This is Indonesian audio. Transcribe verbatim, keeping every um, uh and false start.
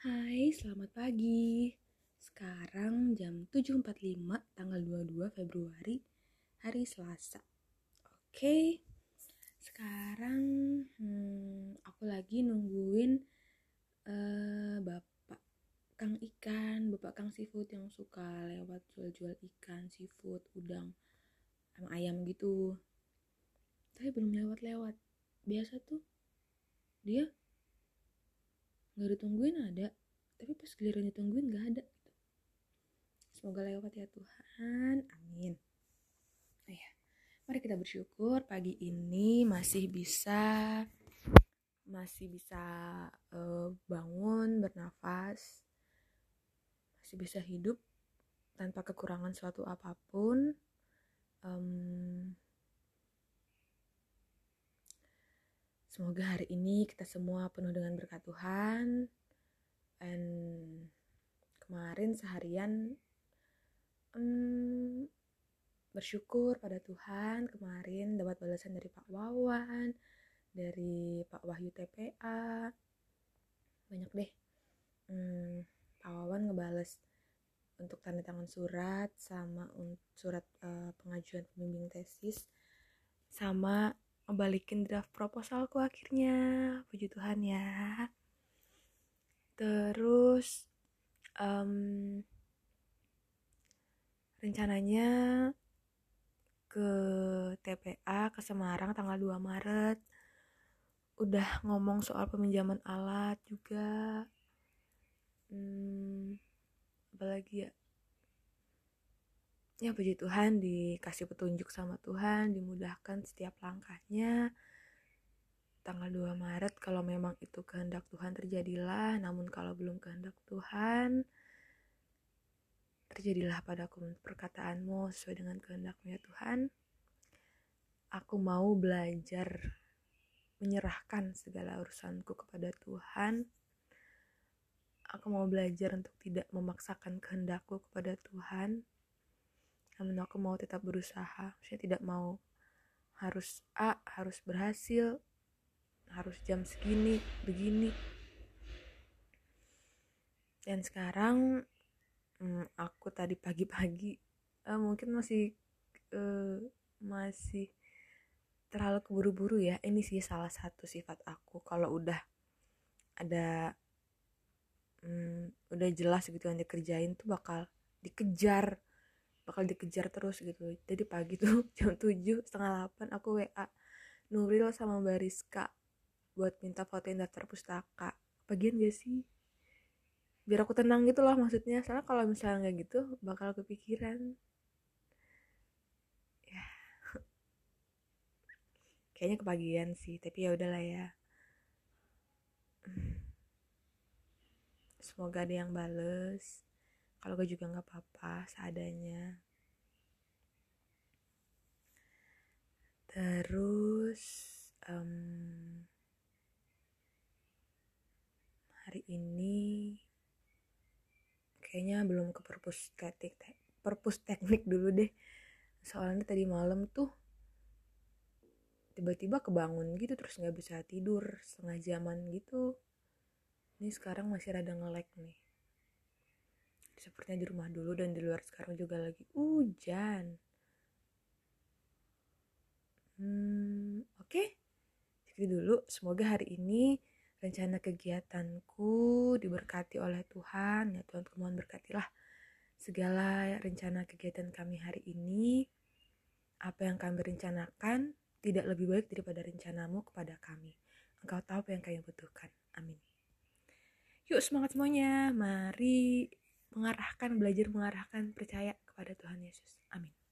Hai, selamat pagi. Sekarang jam tujuh empat puluh lima tanggal dua puluh dua Februari, hari Selasa. Oke, sekarang hmm, aku lagi nungguin uh, Bapak Kang Ikan, Bapak Kang Seafood yang suka lewat jual-jual ikan, seafood, udang, sama ayam gitu. Tapi belum lewat-lewat. Biasa tuh dia gak ditungguin ada, tapi pas giliran ditungguin gak ada. Semoga lewat ya Tuhan, amin. Oh ya, mari kita bersyukur pagi ini masih bisa masih bisa uh, bangun, bernafas, masih bisa hidup tanpa kekurangan suatu apapun. Um, semoga hari ini kita semua penuh dengan berkat Tuhan. And kemarin seharian um, bersyukur pada Tuhan, kemarin dapat balasan dari Pak Wawan, dari Pak Wahyu T P A, banyak deh. hmm, Pak Wawan ngebales untuk tanda tangan surat, sama surat uh, pengajuan pembimbing tesis, sama ngebalikin draft proposalku akhirnya, puji Tuhan ya. Terus um, rencananya ke T P A ke Semarang tanggal dua Maret. Udah ngomong soal peminjaman alat juga. Hmm, apalagi ya? Ya puji Tuhan, dikasih petunjuk sama Tuhan, dimudahkan setiap langkahnya. Tanggal dua Maret, kalau memang itu kehendak Tuhan terjadilah. Namun kalau belum kehendak Tuhan, terjadilah padaku perkataanmu sesuai dengan kehendak-Mu ya Tuhan. Aku mau belajar menyerahkan segala urusanku kepada Tuhan. Aku mau belajar untuk tidak memaksakan kehendakku kepada Tuhan. Namun aku mau tetap berusaha. Saya tidak mau harus A, harus berhasil, harus jam segini, begini. Dan sekarang hmm, aku tadi pagi-pagi uh, mungkin masih uh, masih terlalu keburu-buru ya. Ini sih salah satu sifat aku. Kalau udah ada hmm, udah jelas gitu yang dikerjain tuh bakal dikejar bakal dikejar terus gitu. Jadi pagi tuh jam tujuh setengah delapan aku W A Nuril sama Mbak Rizka buat minta fotoin daftar pustaka. Bagian gak sih? Biar aku tenang gitu loh maksudnya. Soalnya kalau misalnya gak gitu bakal kepikiran. Ya. Kayaknya kebagian sih, tapi ya udahlah ya. Semoga ada yang bales. Kalau gue juga gak apa-apa, seadanya. Terus um, hari ini kayaknya belum ke perpus teknik, perpus teknik dulu deh. Soalnya tadi malam tuh tiba-tiba kebangun gitu, terus gak bisa tidur setengah jaman gitu. Ini sekarang masih rada nge-lag nih. Sepertinya di rumah dulu, dan di luar sekarang juga lagi hujan. Hmm, oke. Okay. Segitu dulu. Semoga hari ini rencana kegiatanku diberkati oleh Tuhan. Ya Tuhan, mohon berkatilah segala rencana kegiatan kami hari ini. Apa yang kami rencanakan tidak lebih baik daripada rencanamu kepada kami. Engkau tahu apa yang kami butuhkan. Amin. Yuk semangat semuanya. Mari mengarahkan, belajar mengarahkan, percaya kepada Tuhan Yesus. Amin.